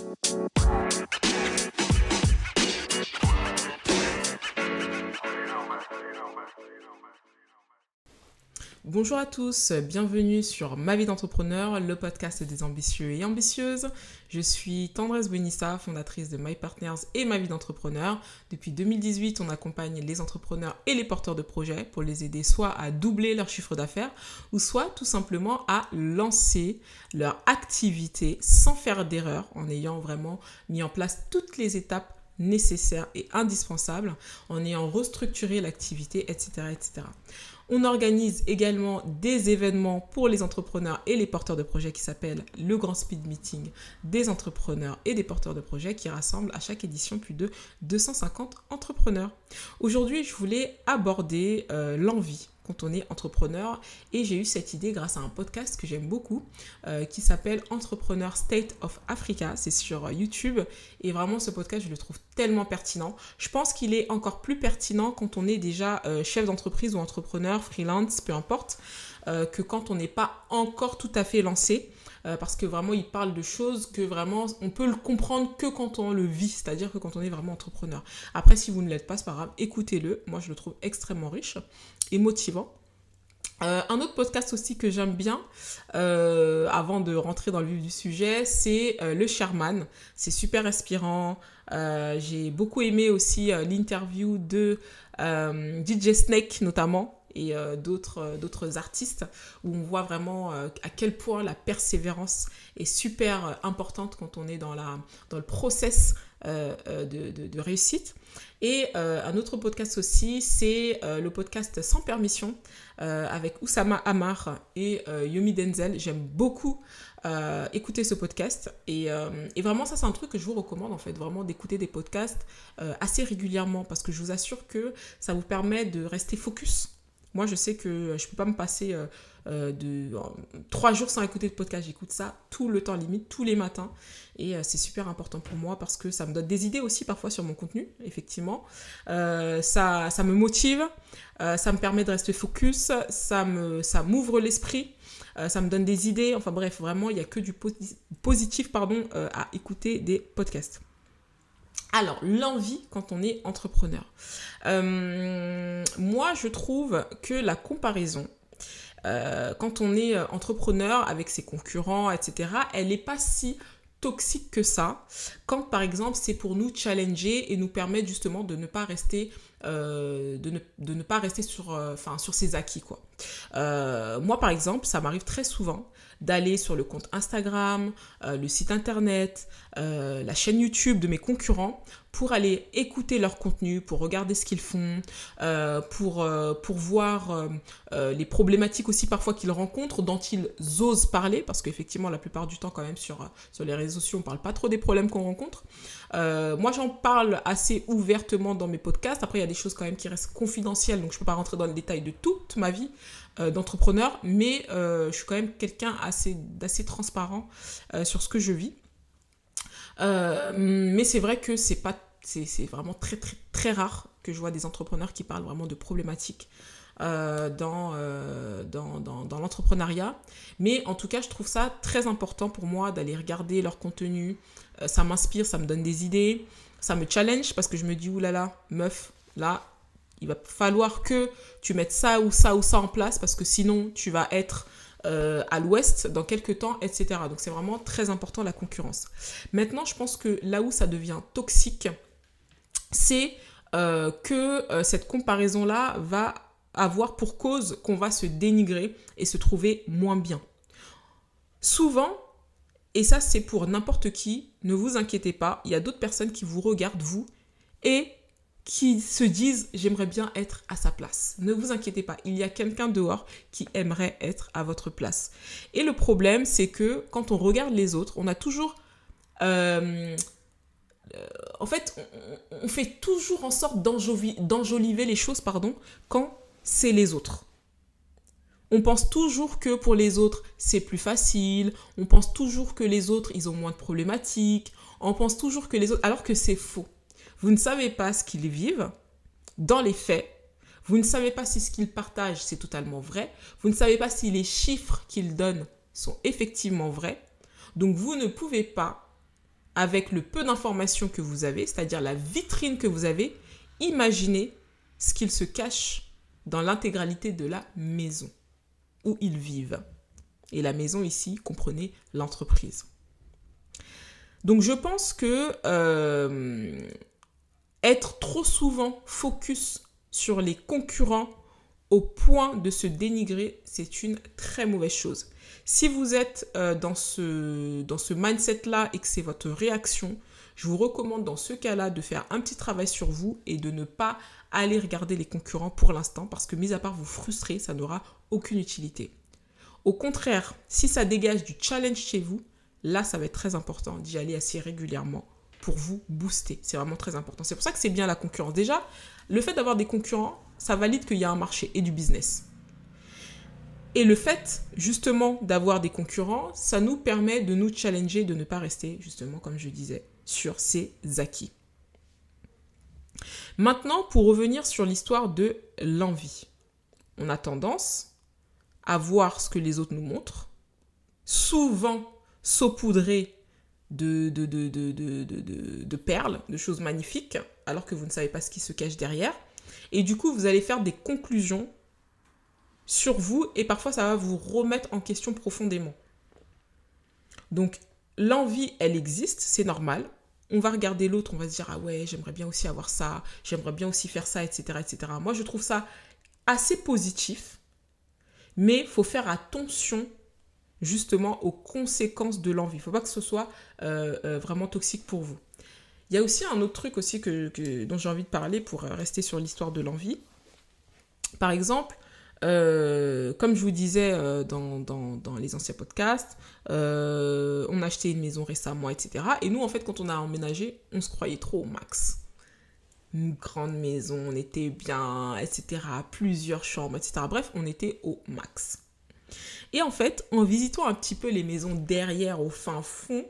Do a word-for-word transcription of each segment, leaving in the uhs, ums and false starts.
Bonjour à tous, bienvenue sur Ma vie d'entrepreneur, le podcast des ambitieux et ambitieuses. Je suis Tendresse Buenissa, fondatrice de My Partners et Ma vie d'entrepreneur. Depuis deux mille dix-huit, on accompagne les entrepreneurs et les porteurs de projets pour les aider soit à doubler leur chiffre d'affaires ou soit tout simplement à lancer leur activité sans faire d'erreur, en ayant vraiment mis en place toutes les étapes nécessaires et indispensables, en ayant restructuré l'activité, et cetera, et cetera. On organise également des événements pour les entrepreneurs et les porteurs de projets qui s'appellent le Grand Speed Meeting des entrepreneurs et des porteurs de projets qui rassemble à chaque édition plus de deux cent cinquante entrepreneurs. Aujourd'hui, je voulais aborder euh, l'envie quand on est entrepreneur et j'ai eu cette idée grâce à un podcast que j'aime beaucoup euh, qui s'appelle Entrepreneur State of Africa. C'est sur YouTube et vraiment ce podcast, je le trouve tellement pertinent. Je pense qu'il est encore plus pertinent quand on est déjà euh, chef d'entreprise ou entrepreneur, freelance, peu importe, euh, que quand on n'est pas encore tout à fait lancé. Euh, parce que vraiment, il parle de choses que vraiment, on peut le comprendre que quand on le vit, c'est-à-dire que quand on est vraiment entrepreneur. Après, si vous ne l'êtes pas, c'est pas grave, écoutez-le. Moi, je le trouve extrêmement riche et motivant. Euh, un autre podcast aussi que j'aime bien, euh, avant de rentrer dans le vif du sujet, c'est euh, le Sherman. C'est super inspirant. Euh, j'ai beaucoup aimé aussi euh, l'interview de euh, D J Snake notamment et euh, d'autres, euh, d'autres artistes où on voit vraiment euh, à quel point la persévérance est super euh, importante quand on est dans, la, dans le process euh, euh, de, de, de réussite. Et euh, un autre podcast aussi, c'est euh, le podcast Sans Permission euh, avec Oussama Ammar et euh, Yomi Denzel. J'aime beaucoup euh, écouter ce podcast et, euh, et vraiment ça c'est un truc que je vous recommande en fait, vraiment d'écouter des podcasts euh, assez régulièrement parce que je vous assure que ça vous permet de rester focus. Moi, je sais que je ne peux pas me passer euh, euh, de, euh, trois jours sans écouter de podcast. J'écoute ça tout le temps, limite, tous les matins. Et euh, c'est super important pour moi parce que ça me donne des idées aussi parfois sur mon contenu, effectivement. Euh, ça, ça me motive, euh, ça me permet de rester focus, ça, me, ça m'ouvre l'esprit, euh, ça me donne des idées. Enfin bref, vraiment, il n'y a que du posi- positif pardon, euh, à écouter des podcasts. Alors, l'envie quand on est entrepreneur. Euh, moi, je trouve que la comparaison, euh, quand on est entrepreneur avec ses concurrents, et cetera, elle n'est pas si toxique que ça, quand par exemple c'est pour nous challenger et nous permettre justement de ne pas rester, euh, de, ne, de ne pas rester sur, euh, enfin, sur ses acquis, quoi. Euh, moi, par exemple, ça m'arrive très souvent d'aller sur le compte Instagram, euh, le site internet, euh, la chaîne YouTube de mes concurrents pour aller écouter leur contenu, pour regarder ce qu'ils font, euh, pour, euh, pour voir euh, euh, les problématiques aussi parfois qu'ils rencontrent, dont ils osent parler, parce qu'effectivement la plupart du temps quand même sur, sur les réseaux sociaux on ne parle pas trop des problèmes qu'on rencontre. Euh, moi j'en parle assez ouvertement dans mes podcasts, après il y a des choses quand même qui restent confidentielles, donc je ne peux pas rentrer dans le détail de toute ma vie euh, d'entrepreneur, mais euh, je suis quand même quelqu'un assez, d'assez transparent euh, sur ce que je vis. Euh, mais c'est vrai que c'est pas, c'est, c'est vraiment très très très rare que je vois des entrepreneurs qui parlent vraiment de problématiques euh, dans, euh, dans, dans, dans l'entrepreneuriat. Mais en tout cas, je trouve ça très important pour moi d'aller regarder leur contenu. Euh, ça m'inspire, ça me donne des idées, ça me challenge parce que je me dis oulala, meuf, là, il va falloir que tu mettes ça ou ça ou ça en place parce que sinon tu vas être Euh, à l'ouest dans quelques temps, et cetera. Donc c'est vraiment très important la concurrence. Maintenant, je pense que là où ça devient toxique, c'est euh, que euh, cette comparaison-là va avoir pour cause qu'on va se dénigrer et se trouver moins bien. Souvent, et ça c'est pour n'importe qui, ne vous inquiétez pas, il y a d'autres personnes qui vous regardent, vous, et qui se disent « j'aimerais bien être à sa place ». Ne vous inquiétez pas, il y a quelqu'un dehors qui aimerait être à votre place. Et le problème, c'est que quand on regarde les autres, on a toujours... Euh, euh, en fait, on, on fait toujours en sorte d'enjovi, d'enjoliver les choses pardon, quand c'est les autres. On pense toujours que pour les autres, c'est plus facile. On pense toujours que les autres, ils ont moins de problématiques. On pense toujours que les autres... Alors que c'est faux. Vous ne savez pas ce qu'ils vivent dans les faits. Vous ne savez pas si ce qu'ils partagent, c'est totalement vrai. Vous ne savez pas si les chiffres qu'ils donnent sont effectivement vrais. Donc, vous ne pouvez pas avec le peu d'informations que vous avez, c'est-à-dire la vitrine que vous avez, imaginez ce qu'il se cache dans l'intégralité de la maison où ils vivent. Et la maison ici, comprenez l'entreprise. Donc je pense que euh, être trop souvent focus sur les concurrents au point de se dénigrer, c'est une très mauvaise chose. Si vous êtes euh, dans ce, dans ce mindset-là et que c'est votre réaction, je vous recommande dans ce cas-là de faire un petit travail sur vous et de ne pas aller regarder les concurrents pour l'instant parce que, mis à part vous frustrer, ça n'aura aucune utilité. Au contraire, si ça dégage du challenge chez vous, là, ça va être très important d'y aller assez régulièrement pour vous booster. C'est vraiment très important. C'est pour ça que c'est bien la concurrence. Déjà, le fait d'avoir des concurrents, ça valide qu'il y a un marché et du business. Et le fait, justement, d'avoir des concurrents, ça nous permet de nous challenger, de ne pas rester, justement, comme je disais, sur ces acquis. Maintenant, pour revenir sur l'histoire de l'envie. On a tendance à voir ce que les autres nous montrent, souvent saupoudré de, de, de, de, de, de, de, de perles, de choses magnifiques, alors que vous ne savez pas ce qui se cache derrière. Et du coup, vous allez faire des conclusions sur vous et parfois, ça va vous remettre en question profondément. Donc, l'envie, elle existe, c'est normal. On va regarder l'autre, on va se dire « Ah ouais, j'aimerais bien aussi avoir ça, j'aimerais bien aussi faire ça, et cetera et cetera » Moi, je trouve ça assez positif. Mais il faut faire attention justement aux conséquences de l'envie. Il ne faut pas que ce soit euh, euh, vraiment toxique pour vous. Il y a aussi un autre truc aussi que, que, dont j'ai envie de parler pour rester sur l'histoire de l'envie. Par exemple, euh, comme je vous disais euh, dans, dans, dans les anciens podcasts, euh, on a acheté une maison récemment, et cetera. Et nous, en fait, quand on a emménagé, on se croyait trop au max. Une grande maison, on était bien, et cetera. Plusieurs chambres, et cetera. Bref, on était au max. Et en fait, en visitant un petit peu les maisons derrière, au fin fond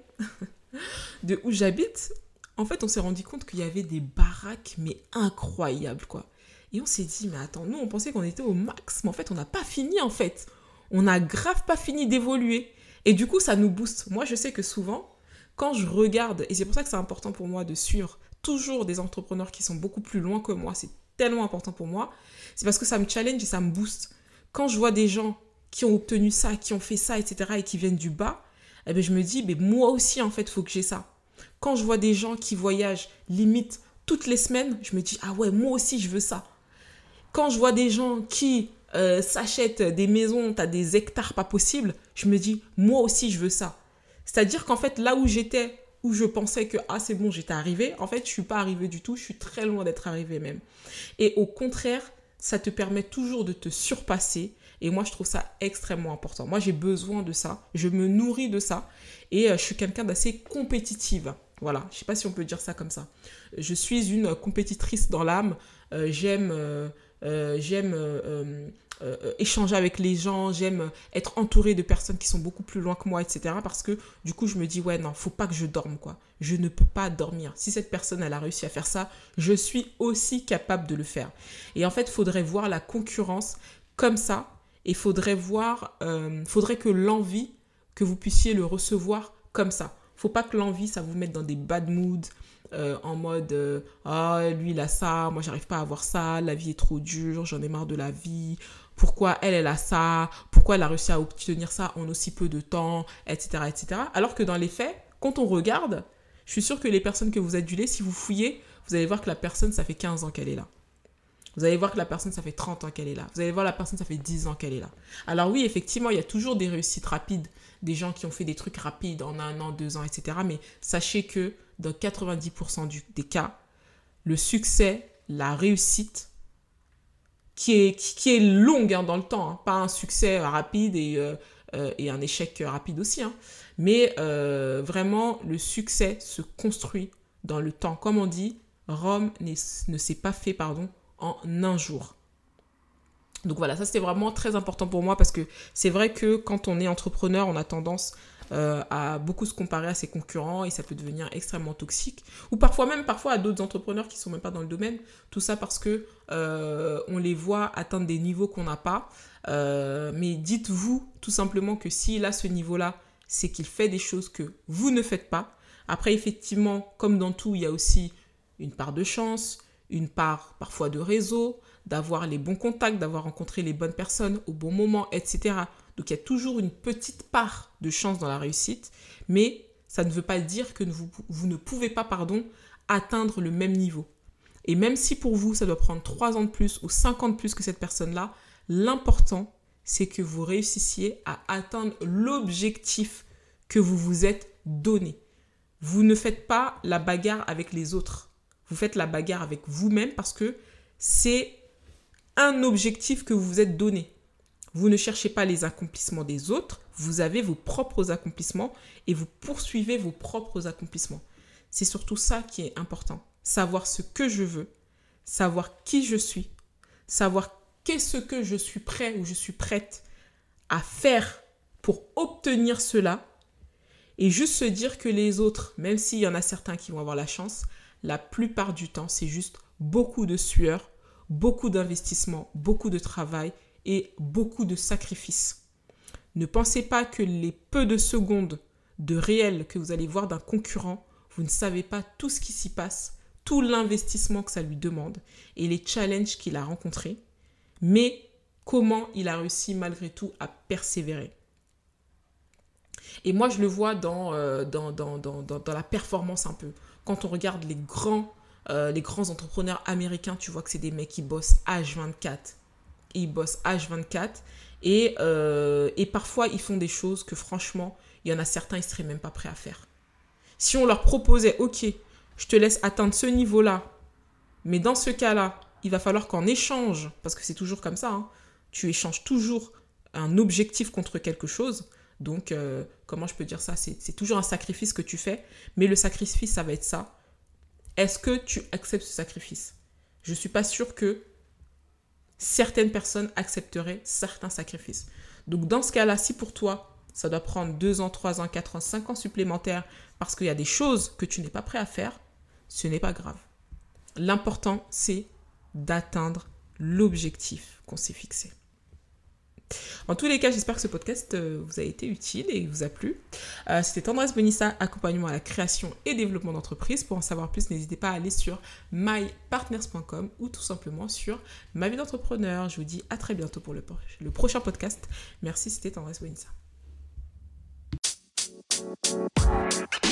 de où j'habite, en fait, on s'est rendu compte qu'il y avait des baraques, mais incroyables, quoi. Et on s'est dit, mais attends, nous, on pensait qu'on était au max, mais en fait, on n'a pas fini, en fait. On n'a grave pas fini d'évoluer. Et du coup, ça nous booste. Moi, je sais que souvent, quand je regarde, et c'est pour ça que c'est important pour moi de suivre toujours des entrepreneurs qui sont beaucoup plus loin que moi, c'est tellement important pour moi, c'est parce que ça me challenge et ça me booste. Quand je vois des gens qui ont obtenu ça, qui ont fait ça, et cetera, et qui viennent du bas, eh bien, je me dis, mais moi aussi, en fait, il faut que j'ai ça. Quand je vois des gens qui voyagent limite toutes les semaines, je me dis, ah ouais, moi aussi, je veux ça. Quand je vois des gens qui euh, s'achètent des maisons, tu as des hectares pas possibles, je me dis, moi aussi, je veux ça. C'est-à-dire qu'en fait, là où j'étais, où je pensais que, ah, c'est bon, j'étais arrivée, en fait, je ne suis pas arrivée du tout, je suis très loin d'être arrivée même. Et au contraire, ça te permet toujours de te surpasser. Et moi, je trouve ça extrêmement important. Moi, j'ai besoin de ça. Je me nourris de ça. Et euh, je suis quelqu'un d'assez compétitive. Voilà, je ne sais pas si on peut dire ça comme ça. Je suis une compétitrice dans l'âme. Euh, j'aime euh, euh, j'aime euh, euh, échanger avec les gens. J'aime être entourée de personnes qui sont beaucoup plus loin que moi, et cetera. Parce que du coup, je me dis, ouais, non, faut pas que je dorme, quoi. Je ne peux pas dormir. Si cette personne, elle a réussi à faire ça, je suis aussi capable de le faire. Et en fait, il faudrait voir la concurrence comme ça. Et il faudrait voir, euh, faudrait que l'envie, que vous puissiez le recevoir comme ça. Faut pas que l'envie, ça vous mette dans des bad moods, euh, en mode euh, ah, lui il a ça, moi j'arrive pas à avoir ça, la vie est trop dure, j'en ai marre de la vie, pourquoi elle, elle a ça, pourquoi elle a réussi à obtenir ça en aussi peu de temps, et cetera, et cetera. Alors que dans les faits, quand on regarde, je suis sûre que les personnes que vous adulez, si vous fouillez, vous allez voir que la personne, ça fait quinze ans qu'elle est là. Vous allez voir que la personne, ça fait trente ans qu'elle est là. Vous allez voir la personne, ça fait dix ans qu'elle est là. Alors oui, effectivement, il y a toujours des réussites rapides, des gens qui ont fait des trucs rapides en un an, deux ans, et cetera. Mais sachez que dans quatre-vingt-dix pour cent du, des cas, le succès, la réussite, qui est, qui, qui est longue hein, dans le temps, hein, pas un succès rapide et, euh, euh, et un échec rapide aussi, hein, mais euh, vraiment, le succès se construit dans le temps. Comme on dit, Rome ne s'est pas fait, pardon, en un jour. Donc voilà, ça c'était vraiment très important pour moi parce que c'est vrai que quand on est entrepreneur, on a tendance euh, à beaucoup se comparer à ses concurrents et ça peut devenir extrêmement toxique. Ou parfois même parfois à d'autres entrepreneurs qui ne sont même pas dans le domaine. Tout ça parce que euh, on les voit atteindre des niveaux qu'on n'a pas. Euh, mais dites-vous tout simplement que s'il a ce niveau-là, c'est qu'il fait des choses que vous ne faites pas. Après, effectivement, comme dans tout, il y a aussi une part de chance, une part parfois de réseau, d'avoir les bons contacts, d'avoir rencontré les bonnes personnes au bon moment, et cetera. Donc, il y a toujours une petite part de chance dans la réussite, mais ça ne veut pas dire que vous, vous ne pouvez pas, pardon, atteindre le même niveau. Et même si pour vous, ça doit prendre trois ans de plus ou cinq ans de plus que cette personne-là, l'important, c'est que vous réussissiez à atteindre l'objectif que vous vous êtes donné. Vous ne faites pas la bagarre avec les autres. Vous faites la bagarre avec vous-même parce que c'est un objectif que vous vous êtes donné. Vous ne cherchez pas les accomplissements des autres, vous avez vos propres accomplissements et vous poursuivez vos propres accomplissements. C'est surtout ça qui est important. Savoir ce que je veux, savoir qui je suis, savoir qu'est-ce que je suis prêt ou je suis prête à faire pour obtenir cela et juste se dire que les autres, même s'il y en a certains qui vont avoir la chance, la plupart du temps, c'est juste beaucoup de sueur, beaucoup d'investissement, beaucoup de travail et beaucoup de sacrifices. Ne pensez pas que les peu de secondes de réel que vous allez voir d'un concurrent, vous ne savez pas tout ce qui s'y passe, tout l'investissement que ça lui demande et les challenges qu'il a rencontrés, mais comment il a réussi malgré tout à persévérer. Et moi, je le vois dans, euh, dans, dans, dans, dans, dans la performance un peu. Quand on regarde les grands, euh, les grands entrepreneurs américains, tu vois que c'est des mecs qui bossent H vingt-quatre. Ils bossent H vingt-quatre et, euh, et parfois, ils font des choses que franchement, il y en a certains, ils ne seraient même pas prêts à faire. Si on leur proposait, ok, je te laisse atteindre ce niveau-là, mais dans ce cas-là, il va falloir qu'en échange, parce que c'est toujours comme ça, hein, tu échanges toujours un objectif contre quelque chose. Donc, euh, comment je peux dire ça, c'est, c'est toujours un sacrifice que tu fais, mais le sacrifice, ça va être ça. Est-ce que tu acceptes ce sacrifice? Je ne suis pas sûre que certaines personnes accepteraient certains sacrifices. Donc, dans ce cas-là, si pour toi, ça doit prendre deux ans, trois ans, quatre ans, cinq ans supplémentaires parce qu'il y a des choses que tu n'es pas prêt à faire, ce n'est pas grave. L'important, c'est d'atteindre l'objectif qu'on s'est fixé. En tous les cas, j'espère que ce podcast euh, vous a été utile et vous a plu. Euh, c'était Tendresse Bonissa, accompagnement à la création et développement d'entreprise. Pour en savoir plus, n'hésitez pas à aller sur my partners point com ou tout simplement sur Ma Vie d'entrepreneur. Je vous dis à très bientôt pour le, le prochain podcast. Merci, c'était Tendresse Bonissa.